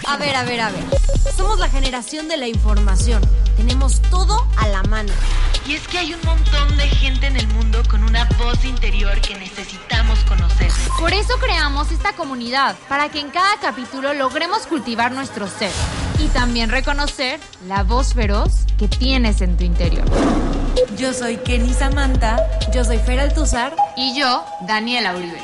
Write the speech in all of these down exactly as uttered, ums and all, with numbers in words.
A ver, a ver, a ver. Somos la generación de la información. Tenemos todo a la mano. Y es que hay un montón de gente en el mundo con una voz interior que necesitamos conocer. Por eso creamos esta comunidad, para que en cada capítulo logremos cultivar nuestro ser y también reconocer la voz feroz que tienes en tu interior. Yo soy Kenny Samantha, yo soy Fer Altuzar y yo, Daniela Uribe.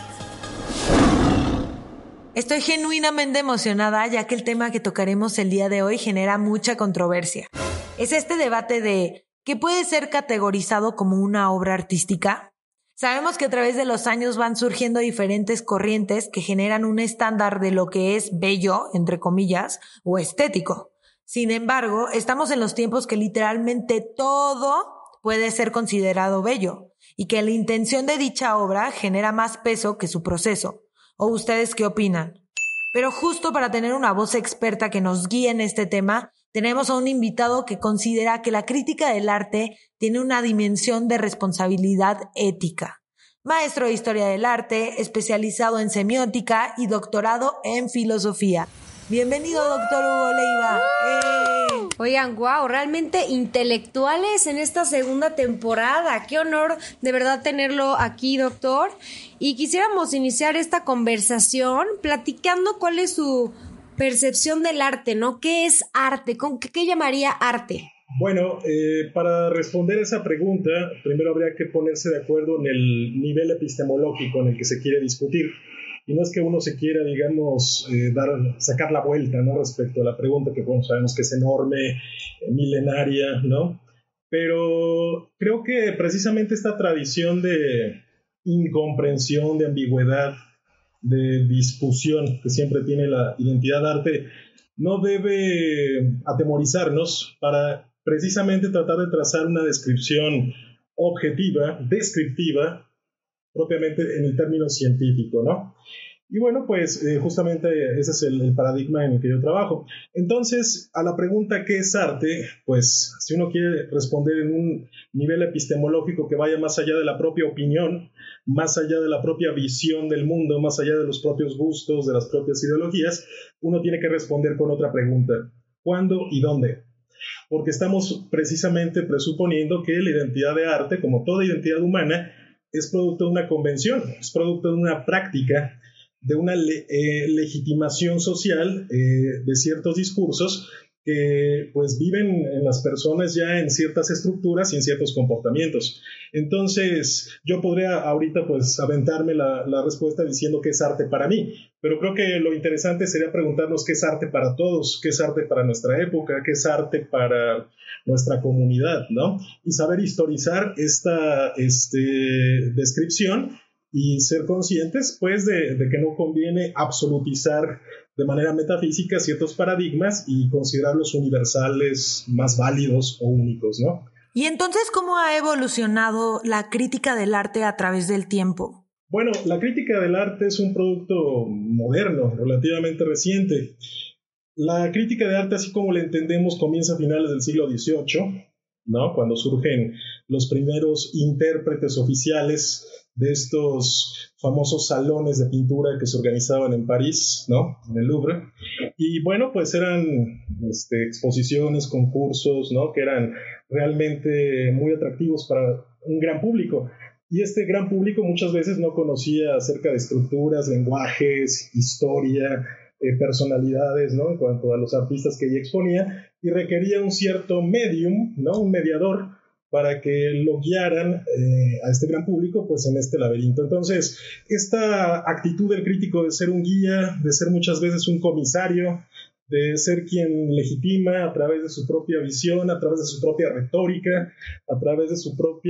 Estoy genuinamente emocionada ya que el tema que tocaremos el día de hoy genera mucha controversia. Es este debate de ¿qué puede ser categorizado como una obra artística? Sabemos que a través de los años van surgiendo diferentes corrientes que generan un estándar de lo que es bello, entre comillas, o estético. Sin embargo, estamos en los tiempos que literalmente todo puede ser considerado bello y que la intención de dicha obra genera más peso que su proceso. ¿O ustedes qué opinan? Pero justo para tener una voz experta que nos guíe en este tema, tenemos a un invitado que considera que la crítica del arte tiene una dimensión de responsabilidad ética. Maestro de Historia del Arte, especializado en semiótica y doctorado en filosofía. Bienvenido, doctor Hugo Leiva. ¡Eh! Oigan, wow, realmente intelectuales en esta segunda temporada. Qué honor de verdad tenerlo aquí, doctor. Y quisiéramos iniciar esta conversación platicando cuál es su percepción del arte, ¿no? ¿Qué es arte? ¿Con qué, qué llamaría arte? Bueno, eh, para responder esa pregunta, primero habría que ponerse de acuerdo en el nivel epistemológico en el que se quiere discutir. Y no es que uno se quiera, digamos, eh, dar, sacar la vuelta, ¿no? Respecto a la pregunta, que bueno, sabemos que es enorme, eh, milenaria, ¿no? Pero creo que precisamente esta tradición de incomprensión, de ambigüedad, de discusión que siempre tiene la identidad de arte, no debe atemorizarnos para precisamente tratar de trazar una descripción objetiva, descriptiva, propiamente en el término científico, ¿no? Y bueno, pues eh, justamente ese es el, el paradigma en el que yo trabajo. Entonces, a la pregunta ¿qué es arte? Pues si uno quiere responder en un nivel epistemológico que vaya más allá de la propia opinión, más allá de la propia visión del mundo, más allá de los propios gustos, de las propias ideologías, uno tiene que responder con otra pregunta: ¿cuándo y dónde? Porque estamos precisamente presuponiendo que la identidad de arte, como toda identidad humana, es producto de una convención, es producto de una práctica, de una le- eh, legitimación social eh, de ciertos discursos que pues viven en las personas ya en ciertas estructuras y en ciertos comportamientos. Entonces yo podría ahorita pues aventarme la, la respuesta diciendo qué es arte para mí, pero creo que lo interesante sería preguntarnos qué es arte para todos, qué es arte para nuestra época, qué es arte para nuestra comunidad, ¿no? Y saber historizar esta este, descripción y ser conscientes pues de, de que no conviene absolutizar de manera metafísica ciertos paradigmas y considerarlos universales, más válidos o únicos, ¿no? ¿Y entonces cómo ha evolucionado la crítica del arte a través del tiempo? Bueno, la crítica del arte es un producto moderno, relativamente reciente. La crítica de arte, así como la entendemos, comienza a finales del siglo dieciocho, ¿no? Cuando surgen los primeros intérpretes oficiales de estos famosos salones de pintura que se organizaban en París, ¿no? En el Louvre. Y bueno, pues eran este, exposiciones, concursos, ¿no? Que eran realmente muy atractivos para un gran público. Y este gran público muchas veces no conocía acerca de estructuras, lenguajes, historia, eh, personalidades, ¿no? En cuanto a los artistas que ella exponía, y requería un cierto medium, ¿no? Un mediador, para que lo guiaran eh, a este gran público pues en este laberinto. Entonces, esta actitud del crítico de ser un guía, de ser muchas veces un comisario, de ser quien legitima a través de su propia visión, a través de su propia retórica, a través de su propia,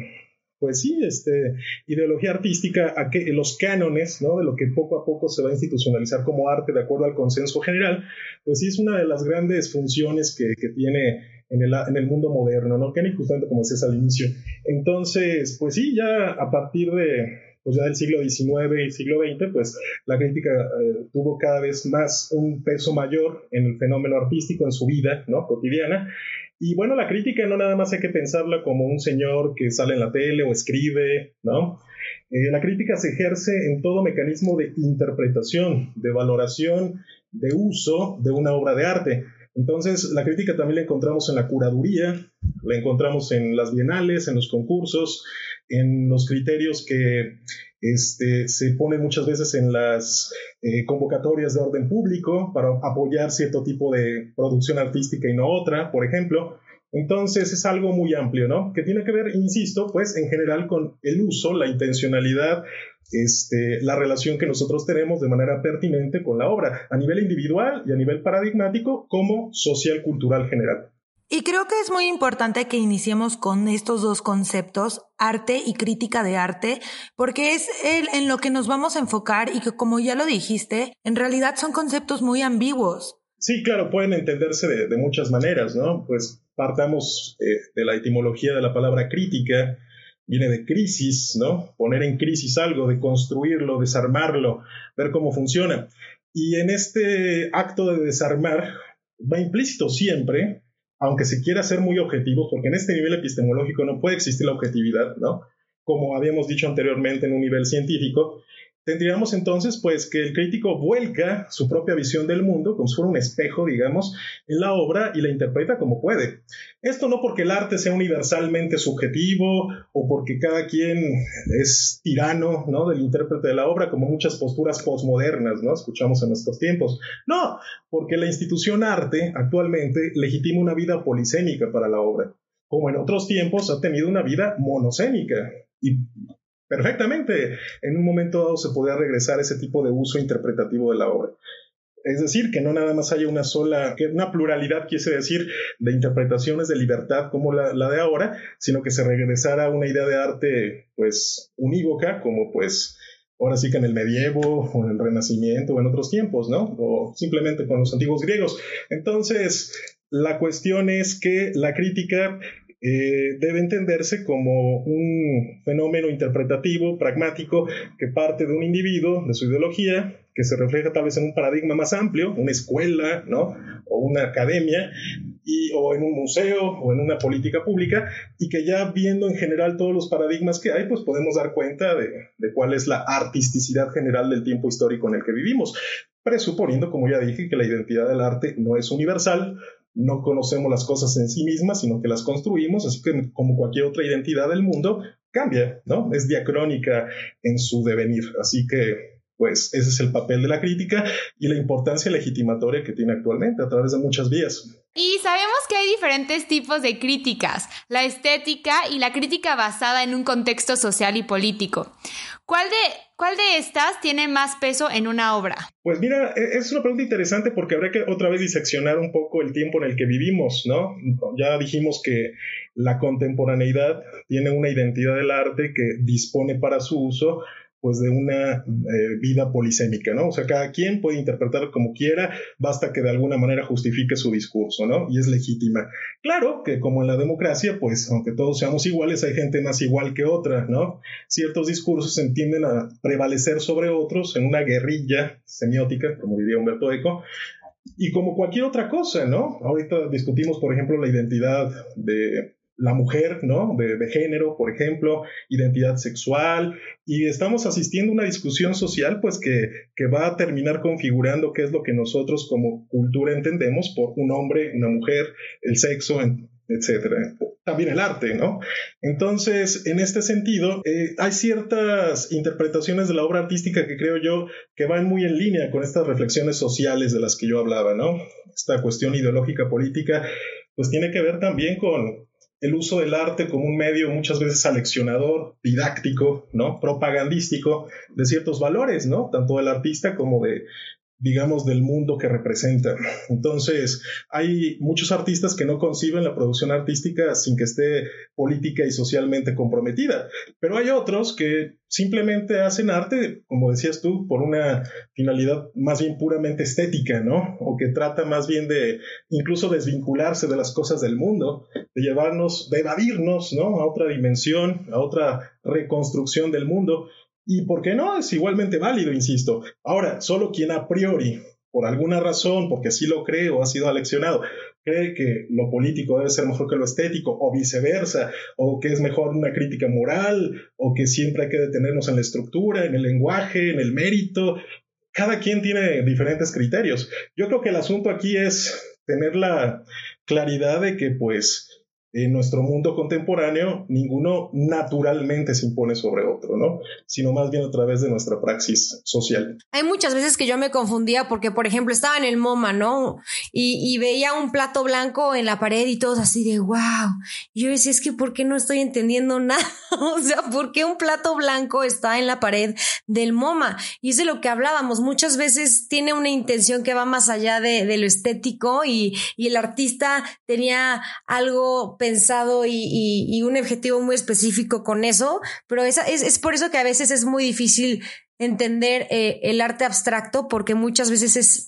pues sí, este, ideología artística, a que, los cánones, ¿no? De lo que poco a poco se va a institucionalizar como arte de acuerdo al consenso general, pues sí es una de las grandes funciones que, que tiene en el, en el mundo moderno, ¿no? Kenny, justamente como decías al inicio. Entonces, pues sí, ya a partir de, pues ya del siglo diecinueve y siglo veinte, pues la crítica eh, tuvo cada vez más un peso mayor en el fenómeno artístico, en su vida, ¿no? Cotidiana. Y bueno, la crítica no nada más hay que pensarla como un señor que sale en la tele o escribe, ¿no? Eh, la crítica se ejerce en todo mecanismo de interpretación, de valoración de uso de una obra de arte. Entonces, la crítica también la encontramos en la curaduría, la encontramos en las bienales, en los concursos, en los criterios que este, se ponen muchas veces en las eh, convocatorias de orden público para apoyar cierto tipo de producción artística y no otra, por ejemplo. Entonces, es algo muy amplio, ¿no? Que tiene que ver, insisto, pues, en general con el uso, la intencionalidad, Este, la relación que nosotros tenemos de manera pertinente con la obra, a nivel individual y a nivel paradigmático, como social cultural general. Y creo que es muy importante que iniciemos con estos dos conceptos, arte y crítica de arte, porque es el, en lo que nos vamos a enfocar y que, como ya lo dijiste, en realidad son conceptos muy ambiguos. Sí, claro, pueden entenderse de, de muchas maneras, ¿no? Pues partamos eh, de la etimología de la palabra crítica. Viene de crisis, ¿no? Poner en crisis algo, de construirlo, desarmarlo, ver cómo funciona. Y en este acto de desarmar va implícito siempre, aunque se quiera ser muy objetivo, porque en este nivel epistemológico no puede existir la objetividad, ¿no? Como habíamos dicho anteriormente en un nivel científico, tendríamos entonces pues que el crítico vuelca su propia visión del mundo, como si fuera un espejo, digamos, en la obra y la interpreta como puede. Esto no porque el arte sea universalmente subjetivo o porque cada quien es tirano, ¿no?, del intérprete de la obra, como muchas posturas postmodernas, ¿no?, escuchamos en nuestros tiempos. No, porque la institución arte actualmente legitima una vida polisémica para la obra, como en otros tiempos ha tenido una vida monocémica. Y perfectamente, en un momento dado se podía regresar a ese tipo de uso interpretativo de la obra. Es decir, que no nada más haya una sola, que una pluralidad, quise decir, de interpretaciones de libertad como la, la de ahora, sino que se regresara a una idea de arte, pues, unívoca, como pues, ahora sí que en el medievo, o en el Renacimiento, o en otros tiempos, ¿no? O simplemente con los antiguos griegos. Entonces, la cuestión es que la crítica Eh, debe entenderse como un fenómeno interpretativo, pragmático, que parte de un individuo, de su ideología, que se refleja tal vez en un paradigma más amplio, una escuela, ¿no?, o una academia, y, o en un museo, o en una política pública, y que ya viendo en general todos los paradigmas que hay, pues podemos dar cuenta de, de cuál es la artisticidad general del tiempo histórico en el que vivimos, presuponiendo, como ya dije, que la identidad del arte no es universal. No conocemos las cosas en sí mismas, sino que las construimos, así que como cualquier otra identidad del mundo, cambia, ¿no? Es diacrónica en su devenir, así que pues ese es el papel de la crítica y la importancia legitimatoria que tiene actualmente a través de muchas vías. Y sabemos que hay diferentes tipos de críticas, la estética y la crítica basada en un contexto social y político. ¿Cuál de, cuál de estas tiene más peso en una obra? Pues mira, es una pregunta interesante porque habría que otra vez diseccionar un poco el tiempo en el que vivimos, ¿no? Ya dijimos que la contemporaneidad tiene una identidad del arte que dispone para su uso pues de una eh, vida polisémica, ¿no? O sea, cada quien puede interpretar como quiera, basta que de alguna manera justifique su discurso, ¿no? Y es legítima. Claro que como en la democracia, pues aunque todos seamos iguales, hay gente más igual que otra, ¿no? Ciertos discursos se tienden a prevalecer sobre otros en una guerrilla semiótica, como diría Humberto Eco, y como cualquier otra cosa, ¿no? Ahorita discutimos, por ejemplo, la identidad de la mujer, ¿no?, de, de género, por ejemplo, identidad sexual, y estamos asistiendo a una discusión social pues que, que va a terminar configurando qué es lo que nosotros como cultura entendemos por un hombre, una mujer, el sexo, etcétera. También el arte, ¿no? Entonces, en este sentido, eh, hay ciertas interpretaciones de la obra artística que creo yo que van muy en línea con estas reflexiones sociales de las que yo hablaba, ¿no? Esta cuestión ideológica política pues tiene que ver también con el uso del arte como un medio muchas veces aleccionador, didáctico, ¿no?, propagandístico de ciertos valores, ¿no?, tanto del artista como de, digamos, del mundo que representa. Entonces, hay muchos artistas que no conciben la producción artística sin que esté política y socialmente comprometida, pero hay otros que simplemente hacen arte, como decías tú, por una finalidad más bien puramente estética, ¿no? O que trata más bien de incluso desvincularse de las cosas del mundo, de llevarnos, de evadirnos, ¿no?, a otra dimensión, a otra reconstrucción del mundo. Y por qué no, es igualmente válido, insisto. Ahora, solo quien a priori, por alguna razón, porque así lo cree o ha sido aleccionado, cree que lo político debe ser mejor que lo estético, o viceversa, o que es mejor una crítica moral, o que siempre hay que detenernos en la estructura, en el lenguaje, en el mérito, cada quien tiene diferentes criterios. Yo creo que el asunto aquí es tener la claridad de que, pues, en nuestro mundo contemporáneo, ninguno naturalmente se impone sobre otro, ¿no? Sino más bien a través de nuestra praxis social. Hay muchas veces que yo me confundía porque, por ejemplo, estaba en el MoMA, ¿no? Y, y veía un plato blanco en la pared y todos así de wow. Y yo decía, es que ¿por qué no estoy entendiendo nada? O sea, ¿por qué un plato blanco está en la pared del MoMA? Y es de lo que hablábamos. Muchas veces tiene una intención que va más allá de, de lo estético y, y el artista tenía algo pensado y, y, y un objetivo muy específico con eso, pero esa, es, es por eso que a veces es muy difícil entender eh, el arte abstracto, porque muchas veces es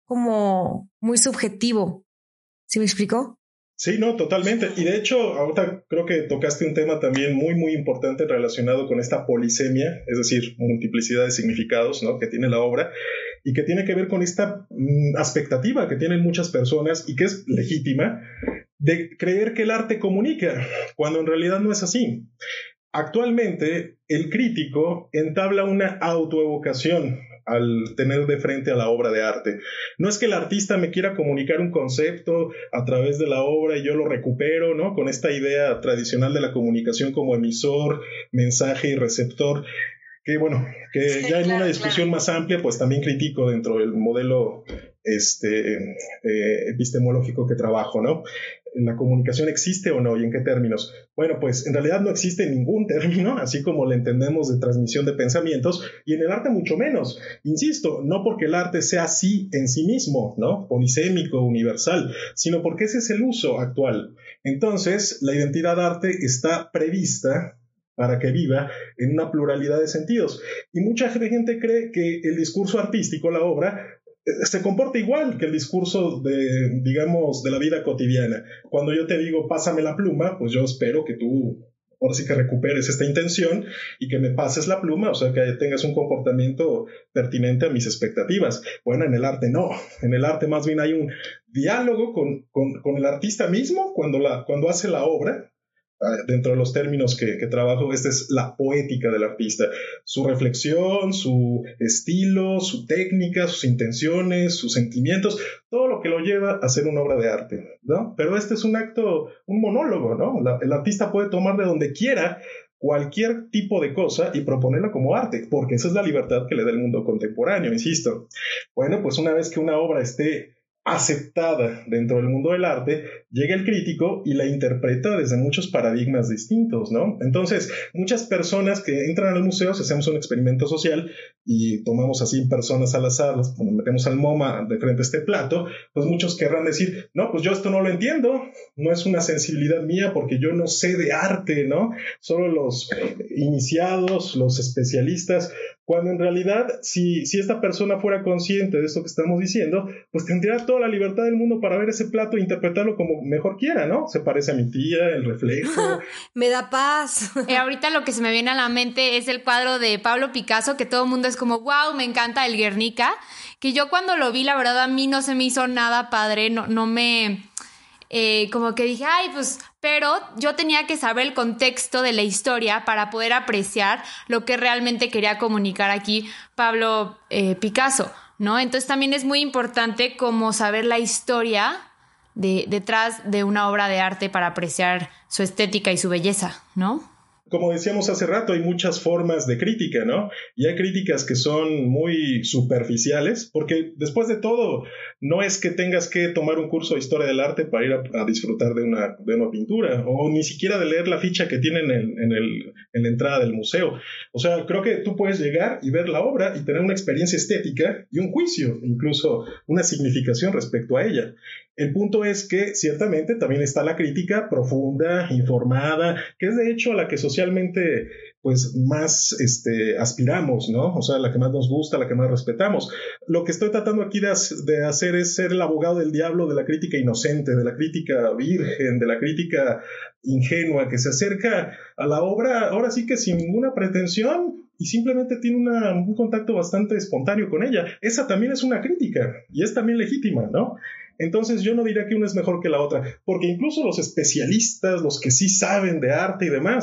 como muy subjetivo. ¿Sí me explicó? Sí, no, totalmente. Y de hecho, ahorita creo que tocaste un tema también muy, muy importante relacionado con esta polisemia, es decir, multiplicidad de significados, ¿no?, que tiene la obra y que tiene que ver con esta mm, expectativa que tienen muchas personas y que es legítima, de creer que el arte comunica, cuando en realidad no es así. Actualmente, el crítico entabla una autoevocación al tener de frente a la obra de arte. No es que el artista me quiera comunicar un concepto a través de la obra y yo lo recupero, ¿no?, con esta idea tradicional de la comunicación como emisor, mensaje y receptor, que bueno, que sí, ya en claro, una discusión claro. más amplia, pues también critico dentro del modelo este, eh, epistemológico que trabajo, ¿no? ¿La comunicación existe o no? ¿Y en qué términos? Bueno, pues en realidad no existe ningún término, así como la entendemos de transmisión de pensamientos, y en el arte mucho menos. Insisto, no porque el arte sea así en sí mismo, ¿no?, polisémico, universal, sino porque ese es el uso actual. Entonces, la identidad arte está prevista para que viva en una pluralidad de sentidos. Y mucha gente cree que el discurso artístico, la obra, se comporta igual que el discurso de, digamos, de la vida cotidiana. Cuando yo te digo, pásame la pluma, pues yo espero que tú, ahora sí que recuperes esta intención y que me pases la pluma, o sea, que tengas un comportamiento pertinente a mis expectativas. Bueno, en el arte no. En el arte más bien hay un diálogo con, con, con el artista mismo cuando, la, cuando hace la obra. Dentro de los términos que, que trabajo, esta es la poética del artista, su reflexión, su estilo, su técnica, sus intenciones, sus sentimientos, todo lo que lo lleva a hacer una obra de arte, ¿no? Pero este es un acto, un monólogo, ¿no? La, el artista puede tomar de donde quiera cualquier tipo de cosa y proponerla como arte, porque esa es la libertad que le da el mundo contemporáneo, insisto. Bueno, pues una vez que una obra esté aceptada dentro del mundo del arte, llega el crítico y la interpreta desde muchos paradigmas distintos, ¿no? Entonces, muchas personas que entran al museo, si hacemos un experimento social y tomamos así personas al azar, las metemos al MoMA de frente a este plato, pues muchos querrán decir, no, pues yo esto no lo entiendo, no es una sensibilidad mía porque yo no sé de arte, ¿no? Solo los iniciados, los especialistas, cuando en realidad, si, si esta persona fuera consciente de esto que estamos diciendo, pues tendría toda la libertad del mundo para ver ese plato e interpretarlo como mejor quiera, ¿no? Se parece a mi tía, el reflejo. Me da paz. Eh, ahorita lo que se me viene a la mente es el cuadro de Pablo Picasso, que todo el mundo es como, wow, me encanta el Guernica, que yo cuando lo vi, la verdad, a mí no se me hizo nada padre, no, no me... Eh, como que dije, ay, pues, pero yo tenía que saber el contexto de la historia para poder apreciar lo que realmente quería comunicar aquí Pablo eh, Picasso, ¿no? Entonces también es muy importante como saber la historia de, detrás de una obra de arte para apreciar su estética y su belleza, ¿no? Como decíamos hace rato, hay muchas formas de crítica, ¿no? Y hay críticas que son muy superficiales, porque después de todo, no es que tengas que tomar un curso de historia del arte para ir a, a disfrutar de una, de una pintura, o ni siquiera de leer la ficha que tienen en, en, el, en la entrada del museo. O sea, creo que tú puedes llegar y ver la obra y tener una experiencia estética y un juicio, incluso una significación respecto a ella. El punto es que ciertamente también está la crítica profunda, informada, que es de hecho a la que socialmente pues más este, aspiramos, ¿no? O sea, la que más nos gusta, la que más respetamos. Lo que estoy tratando aquí de, de hacer es ser el abogado del diablo de la crítica inocente, de la crítica virgen, de la crítica ingenua, que se acerca a la obra ahora sí que sin ninguna pretensión y simplemente tiene una, un contacto bastante espontáneo con ella. Esa también es una crítica y es también legítima, ¿no? Entonces yo no diría que una es mejor que la otra, porque incluso los especialistas, los que sí saben de arte y demás,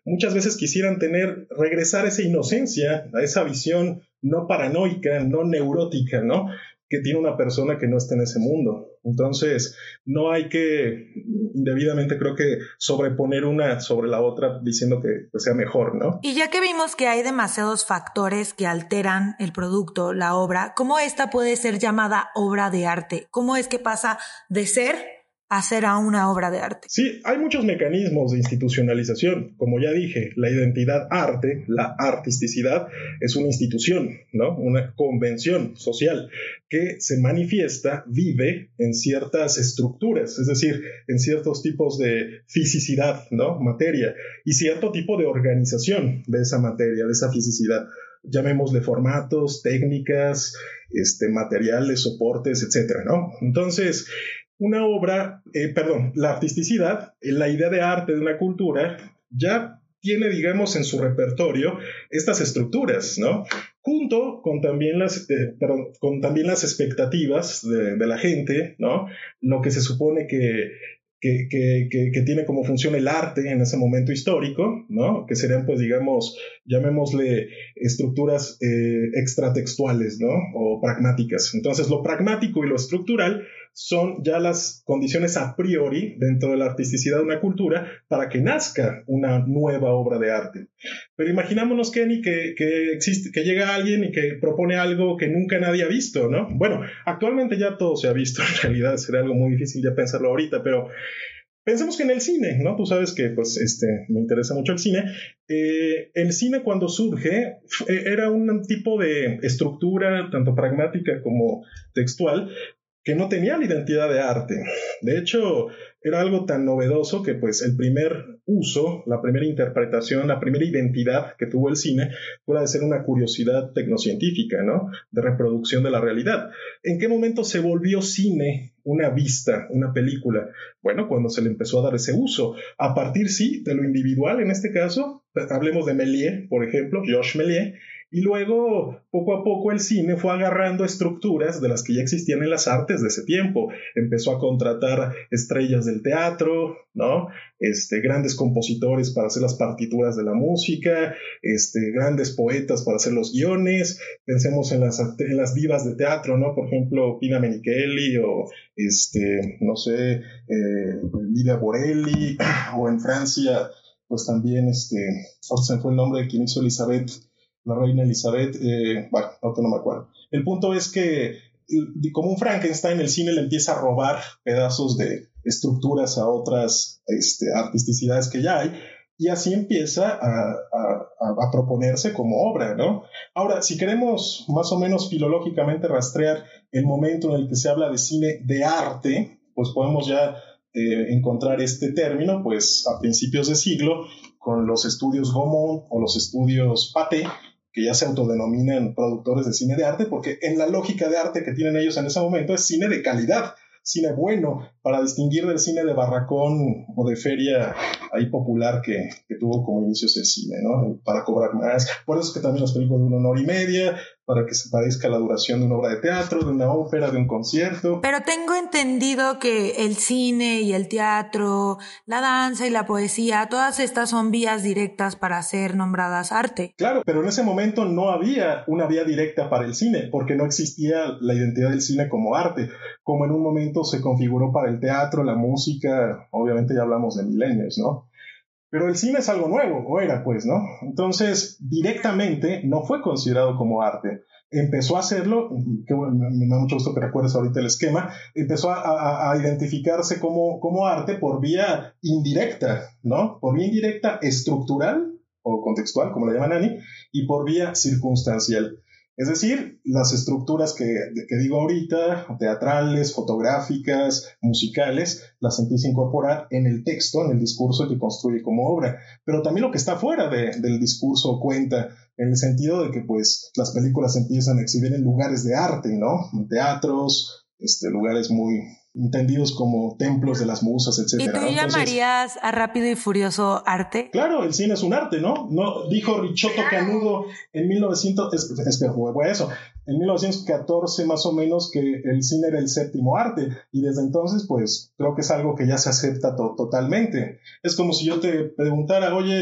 muchas veces quisieran tener, regresar a esa inocencia, a esa visión no paranoica, no neurótica, ¿no?, que tiene una persona que no está en ese mundo. Entonces, no hay que, indebidamente creo que, sobreponer una sobre la otra diciendo que pues, sea mejor, ¿no? Y ya que vimos que hay demasiados factores que alteran el producto, la obra, ¿cómo esta puede ser llamada obra de arte? ¿Cómo es que pasa de ser a ser a una obra de arte? Sí, hay muchos mecanismos de institucionalización. Como ya dije, la identidad arte, la artisticidad, es una institución, ¿no?, una convención social que se manifiesta, vive en ciertas estructuras, es decir, en ciertos tipos de fisicidad, ¿no?, materia, y cierto tipo de organización de esa materia, de esa fisicidad. Llamémosle formatos, técnicas, este, materiales, soportes, etcétera, ¿no? Entonces, una obra, eh, perdón, la artisticidad, la idea de arte de una cultura, ya tiene, digamos, en su repertorio estas estructuras, ¿no? Junto con también las, eh, perdón, con también las expectativas de, de la gente, ¿no? Lo que se supone que, que, que, que, que tiene como función el arte en ese momento histórico, ¿no? Que serían, pues, digamos, llamémosle estructuras eh, extratextuales, ¿no?, o pragmáticas. Entonces, lo pragmático y lo estructural son ya las condiciones a priori dentro de la artisticidad de una cultura para que nazca una nueva obra de arte. Pero imaginámonos, Kenny, que, que, existe, que llega alguien y que propone algo que nunca nadie ha visto, ¿no? Bueno, actualmente ya todo se ha visto, en realidad sería algo muy difícil ya pensarlo ahorita, pero pensemos que en el cine, ¿no? Tú sabes que pues, este, me interesa mucho el cine. Eh, el cine cuando surge era un tipo de estructura tanto pragmática como textual que no tenía la identidad de arte. De hecho, era algo tan novedoso que pues el primer uso, la primera interpretación, la primera identidad que tuvo el cine fue de ser una curiosidad tecnocientífica, ¿no?, de reproducción de la realidad. ¿En qué momento se volvió cine una vista, una película? Bueno, cuando se le empezó a dar ese uso. A partir, sí, de lo individual, en este caso, hablemos de Méliès, por ejemplo, Georges Méliès, y luego, poco a poco, el cine fue agarrando estructuras de las que ya existían en las artes de ese tiempo. Empezó a contratar estrellas del teatro, ¿no?, este, grandes compositores para hacer las partituras de la música, este, grandes poetas para hacer los guiones. Pensemos en las, en las divas de teatro, ¿no? Por ejemplo, Pina Menichelli o, este, no sé, eh, Lidia Borelli, o en Francia, pues también, este, ahora se me fue el nombre de quien hizo Elizabeth, la reina Elizabeth, eh, bueno, ahorita no me acuerdo. El punto es que, como un Frankenstein, el cine le empieza a robar pedazos de estructuras a otras este, artisticidades que ya hay, y así empieza a, a, a proponerse como obra, ¿no? Ahora, si queremos más o menos filológicamente rastrear el momento en el que se habla de cine de arte, pues podemos ya eh, encontrar este término, pues a principios de siglo, con los estudios Gaumont o los estudios Pathé, que ya se autodenominan productores de cine de arte, porque en la lógica de arte que tienen ellos en ese momento es cine de calidad, cine bueno, para distinguir del cine de barracón o de feria ahí popular que, que tuvo como inicios el cine, ¿no? Para cobrar más. Por eso es que también las películas de una hora y media, para que se parezca a la duración de una obra de teatro, de una ópera, de un concierto. Pero tengo entendido que el cine y el teatro, la danza y la poesía, todas estas son vías directas para ser nombradas arte. Claro, pero en ese momento no había una vía directa para el cine, porque no existía la identidad del cine como arte, como en un momento se configuró para el teatro, la música, obviamente ya hablamos de milenios, ¿no? Pero el cine es algo nuevo, o era pues, ¿no? Entonces, directamente no fue considerado como arte. Empezó a hacerlo, que bueno, me da mucho gusto que recuerdes ahorita el esquema, empezó a, a, a identificarse como, como arte por vía indirecta, ¿no? Por vía indirecta estructural o contextual, como le llaman Ani, y por vía circunstancial. Es decir, las estructuras que, que digo ahorita, teatrales, fotográficas, musicales, las empieza a incorporar en el texto, en el discurso que construye como obra. Pero también lo que está fuera de, del discurso cuenta, en el sentido de que pues las películas empiezan a exhibir en lugares de arte, ¿no? En teatros, este, lugares muy entendidos como templos de las musas, etcétera. ¿Y tú ¿no? Entonces, llamarías a Rápido y Furioso arte? Claro, el cine es un arte, ¿no? No dijo Richotto Canudo en mil novecientos, es, es que fue eso, en mil novecientos catorce más o menos, que el cine era el séptimo arte, y desde entonces pues creo que es algo que ya se acepta to- totalmente. Es como si yo te preguntara, oye,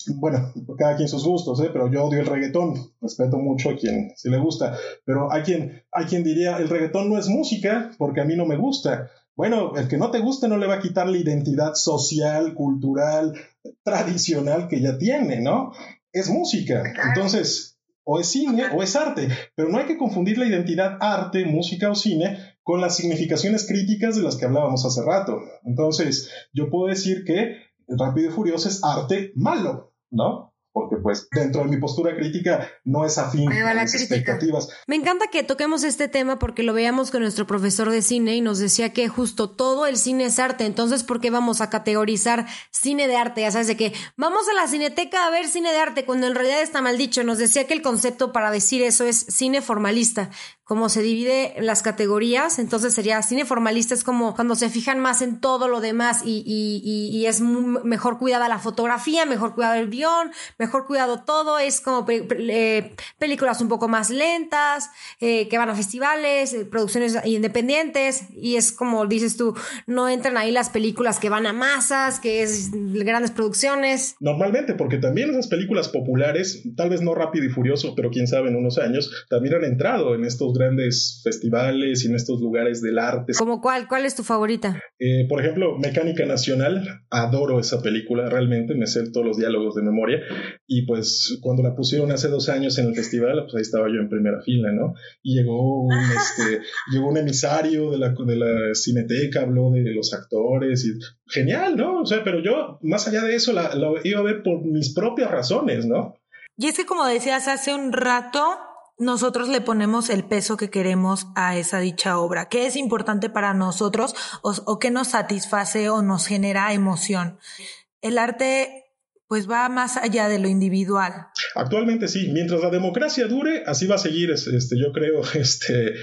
bueno, cada quien sus gustos, ¿eh? Pero yo odio el reggaetón, respeto mucho a quien sí le gusta, pero hay quien, hay quien diría, el reggaetón no es música porque a mí no me gusta. Bueno, el que no te guste no le va a quitar la identidad social, cultural, tradicional que ya tiene, ¿no? Es música, entonces, o es cine o es arte, pero no hay que confundir la identidad arte, música o cine con las significaciones críticas de las que hablábamos hace rato. Entonces, yo puedo decir que Rápido y Furioso es arte malo, ¿no? Porque pues dentro de mi postura crítica no es afín a las expectativas. Me encanta que toquemos este tema porque lo veíamos con nuestro profesor de cine y nos decía que justo todo el cine es arte. Entonces, ¿por qué vamos a categorizar cine de arte? Ya sabes, de que vamos a la cineteca a ver cine de arte cuando en realidad está mal dicho. Nos decía que el concepto para decir eso es cine formalista. Como se divide las categorías, entonces sería cine formalista, es como cuando se fijan más en todo lo demás y, y, y, y es muy, mejor cuidada la fotografía, mejor cuidado el guión, mejor cuidado todo, es como pe- pe- eh, películas un poco más lentas, eh, que van a festivales, eh, producciones independientes, y es como dices tú, no entran ahí las películas que van a masas, que es grandes producciones. Normalmente, porque también esas películas populares, tal vez no Rápido y Furioso, pero quién sabe en unos años, también han entrado en estos grandes festivales y en estos lugares del arte. ¿Cómo cuál? ¿Cuál es tu favorita? Eh, por ejemplo, Mecánica Nacional, adoro esa película, realmente me sé todos los diálogos de memoria, y pues cuando la pusieron hace dos años en el festival, pues ahí estaba yo en primera fila, ¿no? Y llegó un, este, llegó un emisario de la, de la Cineteca, habló de los actores, y genial, ¿no? O sea, pero yo, más allá de eso, la, la iba a ver por mis propias razones, ¿no? Y es que, como decías hace un rato, nosotros le ponemos el peso que queremos a esa dicha obra, qué es importante para nosotros o, o qué nos satisface o nos genera emoción. El arte pues va más allá de lo individual. Actualmente sí, mientras la democracia dure, así va a seguir, este, yo creo, este,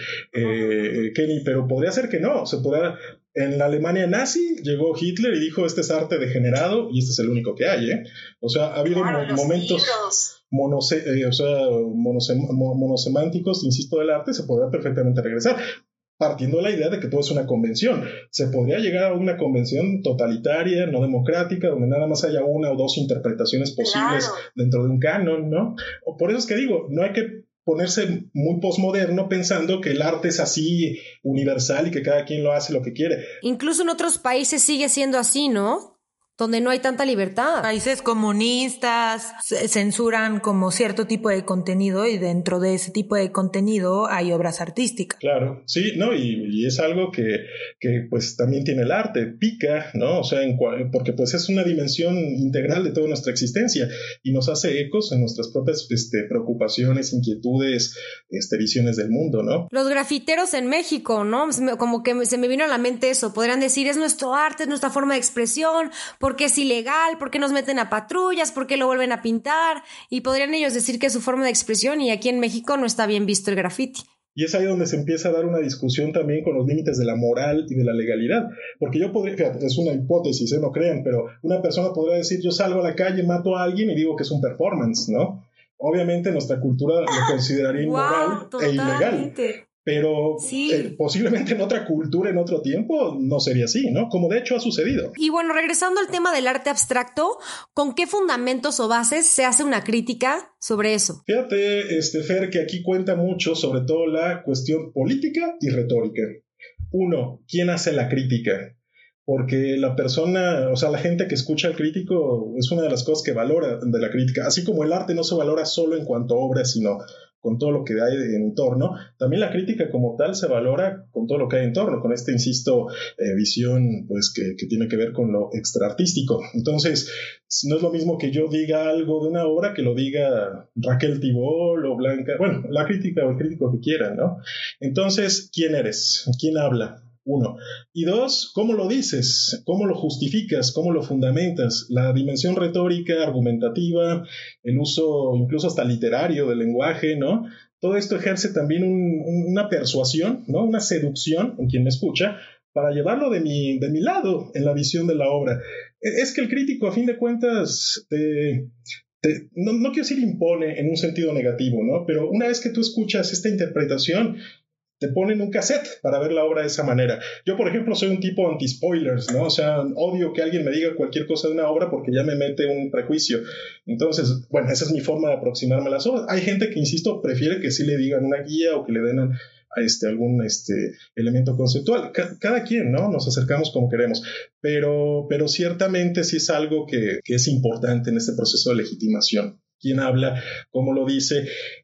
eh, Kenny, pero podría ser que no, se podrá. En la Alemania nazi llegó Hitler y dijo, este es arte degenerado y este es el único que hay, ¿eh? O sea, ha habido claro, mo- momentos monose, eh, o sea, monose, mo- monosemánticos, insisto, del arte, se podrá perfectamente regresar, partiendo de la idea de que todo es una convención. Se podría llegar a una convención totalitaria, no democrática, donde nada más haya una o dos interpretaciones posibles claro. dentro de un canon, ¿no? O por eso es que digo, no hay que ponerse muy posmoderno pensando que el arte es así universal y que cada quien lo hace lo que quiere. Incluso en otros países sigue siendo así, ¿no? Donde no hay tanta libertad. Países comunistas censuran como cierto tipo de contenido y dentro de ese tipo de contenido hay obras artísticas. Claro, sí, ¿no? Y, y es algo que, que pues también tiene el arte, pica, ¿no? O sea, en, porque pues es una dimensión integral de toda nuestra existencia y nos hace ecos en nuestras propias este, preocupaciones, inquietudes, este, visiones del mundo, ¿no? Los grafiteros en México, ¿no? Como que se me vino a la mente eso, podrían decir, es nuestro arte, es nuestra forma de expresión, ¿por qué es ilegal? ¿Por qué nos meten a patrullas? ¿Por qué lo vuelven a pintar? Y podrían ellos decir que es su forma de expresión y aquí en México no está bien visto el graffiti. Y es ahí donde se empieza a dar una discusión también con los límites de la moral y de la legalidad. Porque yo podría, fíjate, es una hipótesis, ¿eh? No crean, pero una persona podría decir, yo salgo a la calle, mato a alguien y digo que es un performance, ¿no? Obviamente nuestra cultura lo consideraría inmoral wow, e ilegal. Pero sí. eh, posiblemente en otra cultura, en otro tiempo, no sería así, ¿no? Como de hecho ha sucedido. Y bueno, regresando al tema del arte abstracto, ¿con qué fundamentos o bases se hace una crítica sobre eso? Fíjate, este, Fer, que aquí cuenta mucho sobre todo la cuestión política y retórica. Uno, ¿quién hace la crítica? Porque la persona, o sea, la gente que escucha al crítico es una de las cosas que valora de la crítica. Así como el arte no se valora solo en cuanto a obras, sino con todo lo que hay en torno, también la crítica como tal se valora con todo lo que hay en torno, con esta, insisto, eh, visión pues que, que tiene que ver con lo extraartístico. Entonces, no es lo mismo que yo diga algo de una obra que lo diga Raquel Tibol o Blanca, bueno, la crítica o el crítico que quieran, ¿no? Entonces, ¿quién eres? ¿Quién habla? Uno. Y dos, ¿cómo lo dices? ¿Cómo lo justificas? ¿Cómo lo fundamentas? La dimensión retórica, argumentativa, el uso incluso hasta literario del lenguaje, ¿no? Todo esto ejerce también un, un, una persuasión, ¿no? Una seducción en quien me escucha para llevarlo de mi, de mi lado en la visión de la obra. Es que el crítico, a fin de cuentas, te... Te, no, no quiero decir impone en un sentido negativo, ¿no? Pero una vez que tú escuchas esta interpretación, te ponen un cassette para ver la obra de esa manera. Yo, por ejemplo, soy un tipo anti-spoilers, ¿no? O sea, odio que alguien me diga cualquier cosa de una obra porque ya me mete un prejuicio. Entonces, bueno, esa es mi forma de aproximarme a las obras. Hay gente que, insisto, prefiere que sí le digan una guía o que le den a este, algún este, elemento conceptual. Ca- cada quien, ¿no? Nos acercamos como queremos. Pero, pero ciertamente sí es algo que, que es importante en este proceso de legitimación. ¿Quién habla? ¿Cómo lo dice?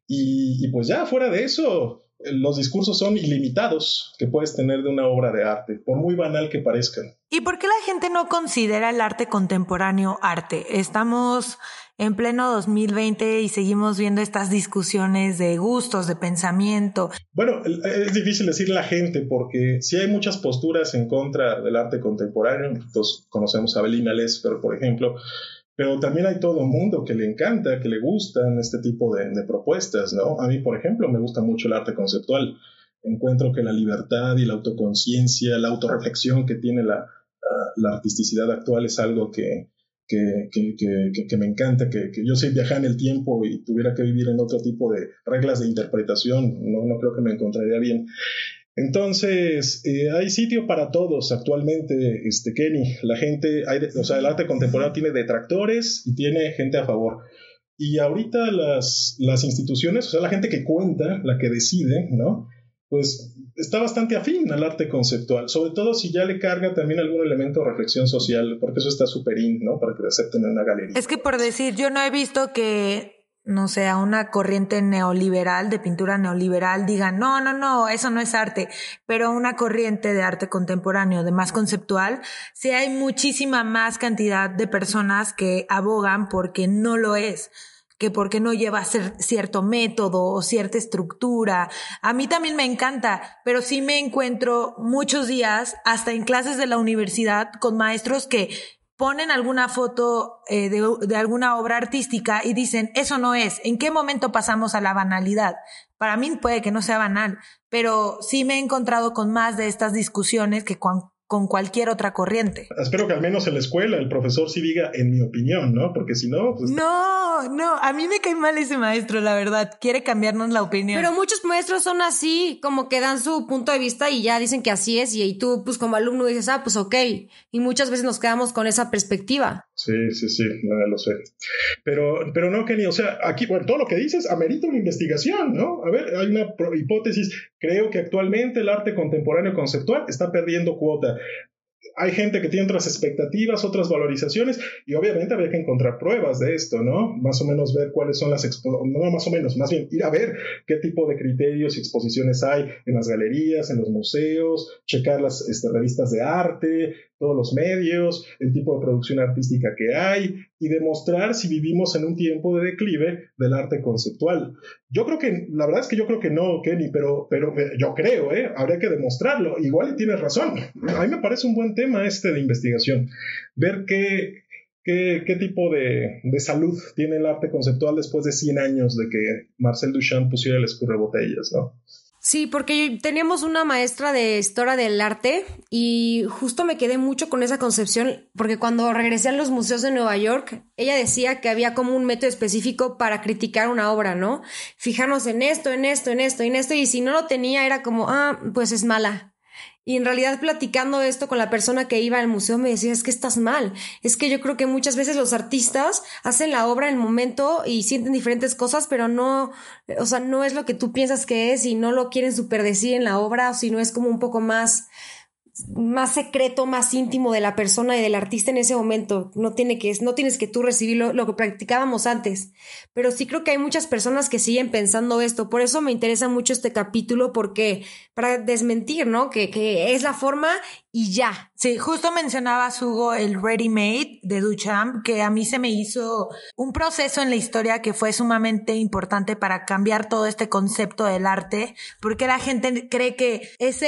Y, y pues ya, fuera de eso, los discursos son ilimitados que puedes tener de una obra de arte, por muy banal que parezca. ¿Y por qué la gente no considera el arte contemporáneo arte? Estamos en pleno dos mil veinte y seguimos viendo estas discusiones de gustos, de pensamiento. Bueno, es difícil decir la gente porque sí hay muchas posturas en contra del arte contemporáneo. Todos conocemos a Belina Lesper, por ejemplo, pero también hay todo un mundo que le encanta, que le gustan este tipo de, de propuestas, ¿no? A mí, por ejemplo, me gusta mucho el arte conceptual. Encuentro que la libertad y la autoconciencia, la autorreflexión que tiene la, la artisticidad actual es algo que, que, que, que, que me encanta, que, que yo si viajara en el tiempo y tuviera que vivir en otro tipo de reglas de interpretación, no, no creo que me encontraría bien. Entonces, eh, hay sitio para todos actualmente, este, Kenny. La gente, hay, o sea, el arte contemporáneo tiene detractores y tiene gente a favor. Y ahorita las, las instituciones, o sea, la gente que cuenta, la que decide, ¿no? Pues está bastante afín al arte conceptual, sobre todo si ya le carga también algún elemento de reflexión social, porque eso está súper in, ¿no? Para que te acepten en una galería. Es que por decir, yo no he visto que, no sé, a una corriente neoliberal, de pintura neoliberal, digan, no, no, no, eso no es arte, pero una corriente de arte contemporáneo, de más conceptual, sí hay muchísima más cantidad de personas que abogan porque no lo es, que porque no lleva cierto método o cierta estructura. A mí también me encanta, pero sí me encuentro muchos días, hasta en clases de la universidad, con maestros que ponen alguna foto eh, de, de alguna obra artística y dicen, eso no es. ¿En qué momento pasamos a la banalidad? Para mí puede que no sea banal, pero sí me he encontrado con más de estas discusiones que con, con cualquier otra corriente. Espero que al menos en la escuela el profesor sí diga, en mi opinión, ¿no? Porque si no... Pues... No, no, a mí me cae mal ese maestro, la verdad. Quiere cambiarnos la opinión. Pero muchos maestros son así, como que dan su punto de vista y ya dicen que así es, y, y tú, pues como alumno dices, ah, pues ok. Y muchas veces nos quedamos con esa perspectiva. Sí, sí, sí, no, lo sé. Pero, pero no, Kenny, o sea, aquí, bueno, todo lo que dices amerita una investigación, ¿no? A ver, hay una hipótesis. Creo que actualmente el arte contemporáneo conceptual está perdiendo cuota. Hay gente que tiene otras expectativas, otras valorizaciones, y obviamente habría que encontrar pruebas de esto, ¿no? Más o menos ver cuáles son las exposiciones, no más o menos, más bien ir a ver qué tipo de criterios y exposiciones hay en las galerías, en los museos, checar las este, revistas de arte, todos los medios, el tipo de producción artística que hay, y demostrar si vivimos en un tiempo de declive del arte conceptual. Yo creo que, la verdad es que yo creo que no, Kenny, pero, pero yo creo, ¿eh? Habría que demostrarlo. Igual y tienes razón. A mí me parece un buen tema este de investigación. Ver qué, qué, qué tipo de, de salud tiene el arte conceptual después de cien años de que Marcel Duchamp pusiera el escurrebotellas, ¿no? Sí, porque teníamos una maestra de historia del arte y justo me quedé mucho con esa concepción, porque cuando regresé a los museos de Nueva York, ella decía que había como un método específico para criticar una obra, ¿no? Fijarnos en esto, en esto, en esto, en esto, y si no lo tenía era como, ah, pues es mala. Y en realidad platicando esto con la persona que iba al museo me decía, es que estás mal. Es que yo creo que muchas veces los artistas hacen la obra en el momento y sienten diferentes cosas, pero no, o sea, no es lo que tú piensas que es y no lo quieren superdecir en la obra, sino es como un poco más, más secreto, más íntimo de la persona y del artista en ese momento. No tiene que, no tienes que tú recibir lo, lo que practicábamos antes. Pero sí creo que hay muchas personas que siguen pensando esto. Por eso me interesa mucho este capítulo, porque para desmentir, ¿no? Que, que es la forma y ya. Sí, justo mencionabas, Hugo, el Ready Made de Duchamp, que a mí se me hizo un proceso en la historia que fue sumamente importante para cambiar todo este concepto del arte, porque la gente cree que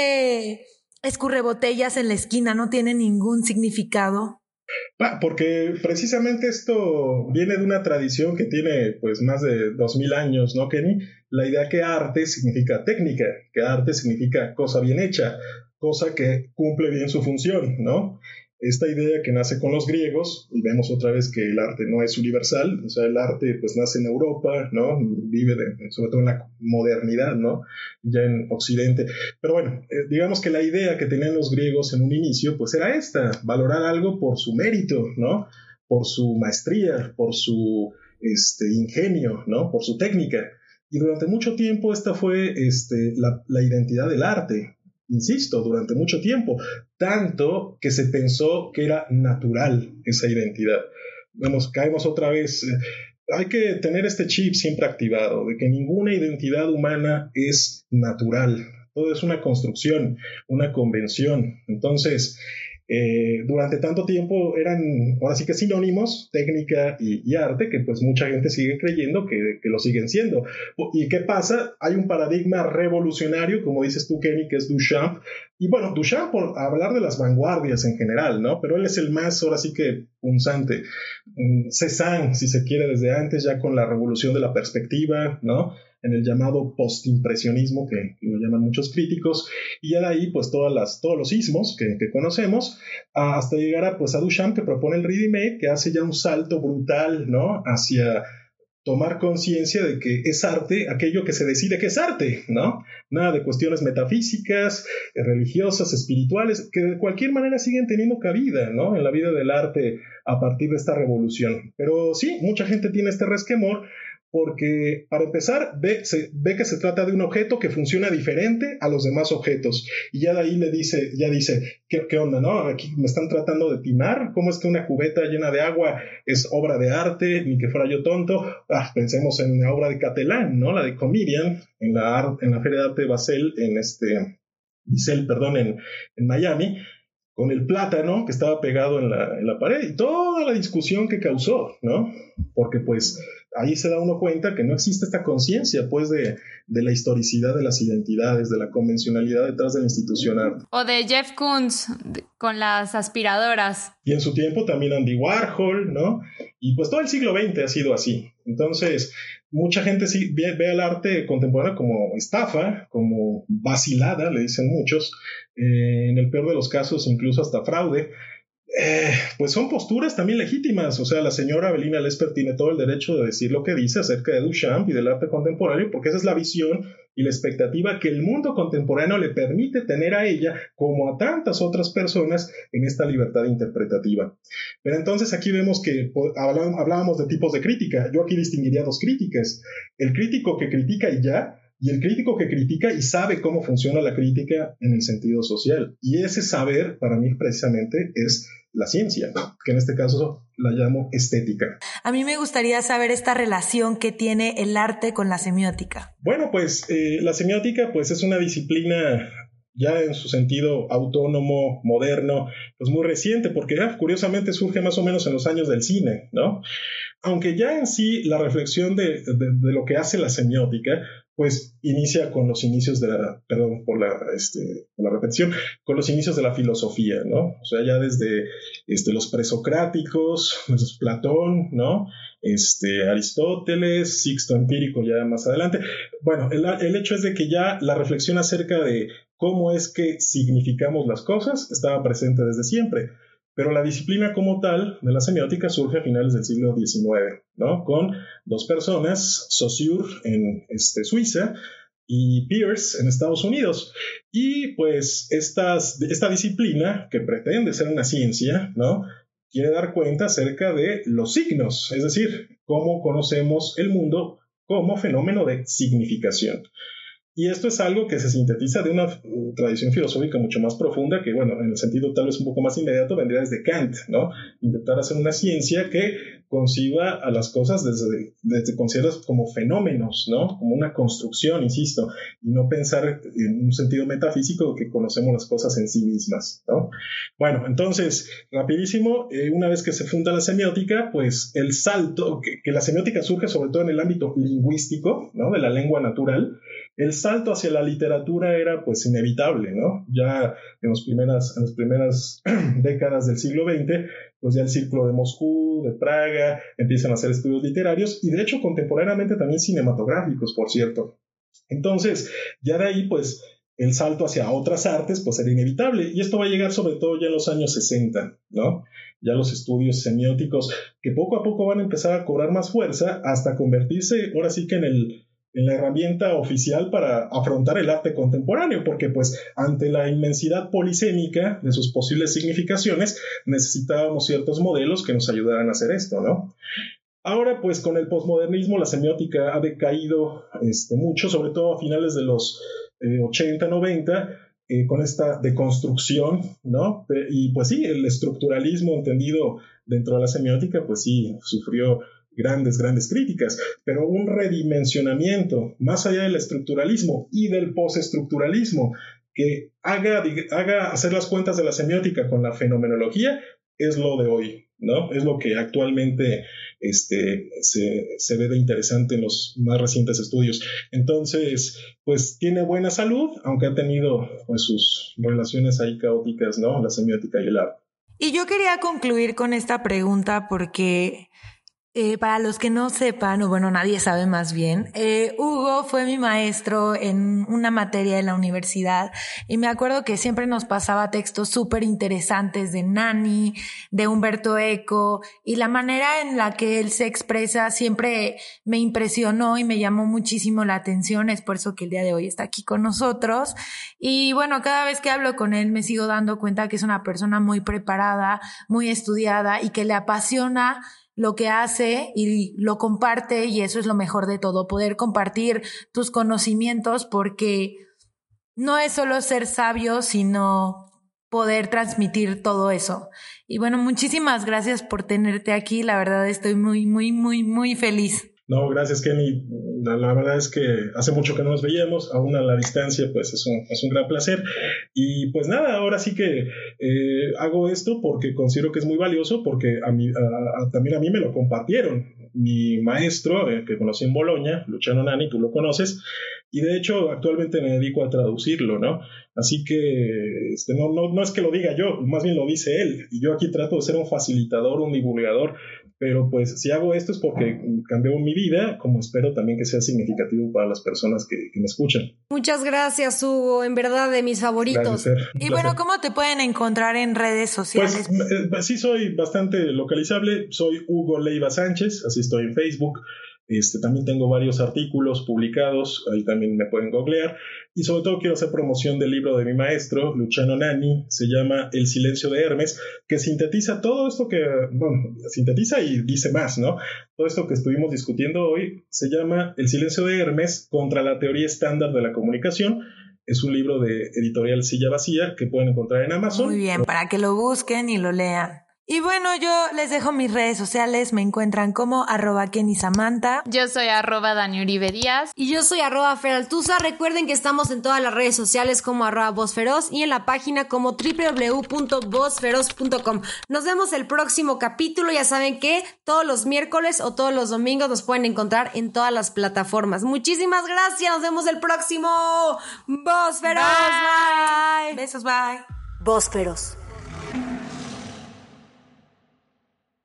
ese escurrebotellas en la esquina no tiene ningún significado. Ah, porque precisamente esto viene de una tradición que tiene pues más de dos mil años, ¿no, Kenny? La idea que arte significa técnica, que arte significa cosa bien hecha, cosa que cumple bien su función, ¿no? Esta idea que nace con los griegos, y vemos otra vez que el arte no es universal, o sea, el arte pues nace en Europa, ¿no? Vive de, sobre todo en la modernidad, ¿no? Ya en Occidente. Pero bueno, eh, digamos que la idea que tenían los griegos en un inicio, pues era esta, valorar algo por su mérito, ¿no? Por su maestría, por su este, ingenio, ¿no? Por su técnica. Y durante mucho tiempo esta fue este, la, la identidad del arte. Insisto, durante mucho tiempo, tanto que se pensó que era natural esa identidad. Vamos, caemos otra vez. Eh, hay que tener este chip siempre activado, de que ninguna identidad humana es natural. Todo es una construcción, una convención. Entonces, eh, durante tanto tiempo eran, ahora sí que sinónimos, técnica y, y arte, que pues mucha gente sigue creyendo que, que lo siguen siendo. ¿Y qué pasa? Hay un paradigma revolucionario, como dices tú, Kenny, que es Duchamp. Y bueno, Duchamp por hablar de las vanguardias en general, ¿no? Pero él es el más, ahora sí que punzante. Cézanne, si se quiere, desde antes, ya con la revolución de la perspectiva, ¿no? En el llamado postimpresionismo, que, que lo llaman muchos críticos, y ya de ahí, pues, todas las, todos los ismos que, que conocemos, hasta llegar a, pues, a Duchamp, que propone el ready-made, que hace ya un salto brutal, ¿no? Hacia tomar conciencia de que es arte aquello que se decide que es arte, ¿no? Nada de cuestiones metafísicas, religiosas, espirituales, que de cualquier manera siguen teniendo cabida, ¿no? En la vida del arte a partir de esta revolución. Pero sí, mucha gente tiene este resquemor, porque para empezar ve, se, ve que se trata de un objeto que funciona diferente a los demás objetos, y ya de ahí le dice, ya dice, ¿qué, qué onda, no? Aquí me están tratando de timar, ¿cómo es que una cubeta llena de agua es obra de arte? Ni que fuera yo tonto. Ah, pensemos en la obra de Catelán, ¿no? La de Comedian, en la, en la Feria de Arte de Basel, en este, Basel, perdón, en, en Miami, con el plátano que estaba pegado en la, en la pared, y toda la discusión que causó, ¿no? Porque pues ahí se da uno cuenta que no existe esta conciencia, pues, de, de la historicidad de las identidades, de la convencionalidad detrás de la institución arte. O de Jeff Koons con las aspiradoras. Y en su tiempo también Andy Warhol, ¿no? Y pues todo el siglo veinte ha sido así. Entonces, mucha gente sí ve, ve al arte contemporáneo como estafa, como vacilada, le dicen muchos, eh, en el peor de los casos incluso hasta fraude. Eh, pues son posturas también legítimas. O sea, la señora Evelina Lesper tiene todo el derecho de decir lo que dice acerca de Duchamp y del arte contemporáneo, porque esa es la visión y la expectativa que el mundo contemporáneo le permite tener a ella, como a tantas otras personas, en esta libertad interpretativa. Pero entonces aquí vemos que hablábamos de tipos de crítica. Yo aquí distinguiría dos críticas: el crítico que critica y ya, y el crítico que critica y sabe cómo funciona la crítica en el sentido social. Y ese saber, para mí, precisamente, es la ciencia, que en este caso la llamo estética. A mí me gustaría saber esta relación que tiene el arte con la semiótica. Bueno, pues eh, la semiótica pues, es una disciplina ya en su sentido autónomo, moderno, pues muy reciente, porque ah, curiosamente surge más o menos en los años del cine, ¿no? Aunque ya en sí la reflexión de, de, de lo que hace la semiótica pues inicia con los inicios de la, perdón por la, este, por la repetición, con los inicios de la filosofía, ¿no? O sea, ya desde este, los presocráticos, pues, Platón, ¿no? Este, Aristóteles, Sixto Empírico ya más adelante. Bueno, el, el hecho es de que ya la reflexión acerca de cómo es que significamos las cosas estaba presente desde siempre. Pero la disciplina como tal de la semiótica surge a finales del siglo diecinueve, ¿no? Con dos personas, Saussure en este, Suiza y Peirce en Estados Unidos. Y pues estas, esta disciplina, que pretende ser una ciencia, ¿no? Quiere dar cuenta acerca de los signos, es decir, cómo conocemos el mundo como fenómeno de significación. Y esto es algo que se sintetiza de una tradición filosófica mucho más profunda que, bueno, en el sentido tal vez un poco más inmediato, vendría desde Kant, ¿no? Intentar hacer una ciencia que conciba a las cosas desde, desde consideras como fenómenos, ¿no? Como una construcción, insisto, y no pensar en un sentido metafísico que conocemos las cosas en sí mismas, ¿no? Bueno, entonces, rapidísimo, eh, una vez que se funda la semiótica, pues el salto, que, que la semiótica surge sobre todo en el ámbito lingüístico, ¿no? De la lengua natural. El salto hacia la literatura era pues inevitable, ¿no? Ya en, los primeras, en las primeras décadas del siglo veinte, pues ya el Círculo de Moscú, de Praga, empiezan a hacer estudios literarios y de hecho contemporáneamente también cinematográficos, por cierto. Entonces, ya de ahí pues el salto hacia otras artes pues era inevitable, y esto va a llegar sobre todo ya en los años sesenta, ¿no? Ya los estudios semióticos que poco a poco van a empezar a cobrar más fuerza hasta convertirse ahora sí que en el en la herramienta oficial para afrontar el arte contemporáneo, porque pues ante la inmensidad polisémica de sus posibles significaciones necesitábamos ciertos modelos que nos ayudaran a hacer esto, ¿no? Ahora pues con el posmodernismo la semiótica ha decaído este, mucho, sobre todo a finales de los eh, ochenta, noventa, eh, con esta deconstrucción, ¿no? Y pues sí, el estructuralismo entendido dentro de la semiótica pues sí sufrió grandes, grandes críticas, pero un redimensionamiento más allá del estructuralismo y del postestructuralismo que haga, haga hacer las cuentas de la semiótica con la fenomenología es lo de hoy, ¿no? Es lo que actualmente este, se, se ve de interesante en los más recientes estudios. Entonces, pues tiene buena salud, aunque ha tenido pues, sus relaciones ahí caóticas, ¿no? La semiótica y el arte. Y yo quería concluir con esta pregunta porque... Eh, para los que no sepan, o bueno, nadie sabe más bien, eh, Hugo fue mi maestro en una materia de la universidad y me acuerdo que siempre nos pasaba textos súper interesantes de Nani, de Humberto Eco, y la manera en la que él se expresa siempre me impresionó y me llamó muchísimo la atención. Es por eso que el día de hoy está aquí con nosotros. Y bueno, cada vez que hablo con él me sigo dando cuenta que es una persona muy preparada, muy estudiada y que le apasiona lo que hace y lo comparte, y eso es lo mejor de todo, poder compartir tus conocimientos, porque no es solo ser sabio, sino poder transmitir todo eso. Y bueno, muchísimas gracias por tenerte aquí, la verdad estoy muy, muy, muy, muy feliz. No, gracias, Kenny. La, la verdad es que hace mucho que no nos veíamos, aún a la distancia, pues es un, es un gran placer. Y pues nada, ahora sí que eh, hago esto porque considero que es muy valioso, porque a mí, a, a, también a mí me lo compartieron. Mi maestro, eh, que conocí en Bolonia, Luciano Nani, tú lo conoces, y de hecho actualmente me dedico a traducirlo, ¿no? Así que este, no, no, no es que lo diga yo, más bien lo dice él, y yo aquí trato de ser un facilitador, un divulgador, pero pues si hago esto es porque cambió mi vida, como espero también que sea significativo para las personas que, que me escuchan. Muchas gracias, Hugo, en verdad de mis favoritos. Gracias, Fer. Y bueno, ¿cómo te pueden encontrar en redes sociales? Pues eh, sí soy bastante localizable, soy Hugo Leiva Sánchez, así estoy en Facebook. Este, también tengo varios artículos publicados, ahí también me pueden googlear, y sobre todo quiero hacer promoción del libro de mi maestro, Luciano Nani, se llama El silencio de Hermes, que sintetiza todo esto que, bueno, sintetiza y dice más, ¿no? Todo esto que estuvimos discutiendo hoy se llama El silencio de Hermes contra la teoría estándar de la comunicación. Es un libro de editorial Silla Vacía que pueden encontrar en Amazon. Muy bien, para que lo busquen y lo lean. Y bueno, yo les dejo mis redes sociales, me encuentran como arroba Kenny Samantha. Yo soy arroba Dani Uribe Díaz. Y yo soy arroba Feraltuza. Recuerden que estamos en todas las redes sociales como arroba Vozferoz y en la página como doble u doble u doble u punto vozferoz punto com. Nos vemos el próximo capítulo. Ya saben que todos los miércoles o todos los domingos nos pueden encontrar en todas las plataformas. Muchísimas gracias. Nos vemos el próximo. Vozferoz. Bye. Bye. Besos, bye. Vozferoz.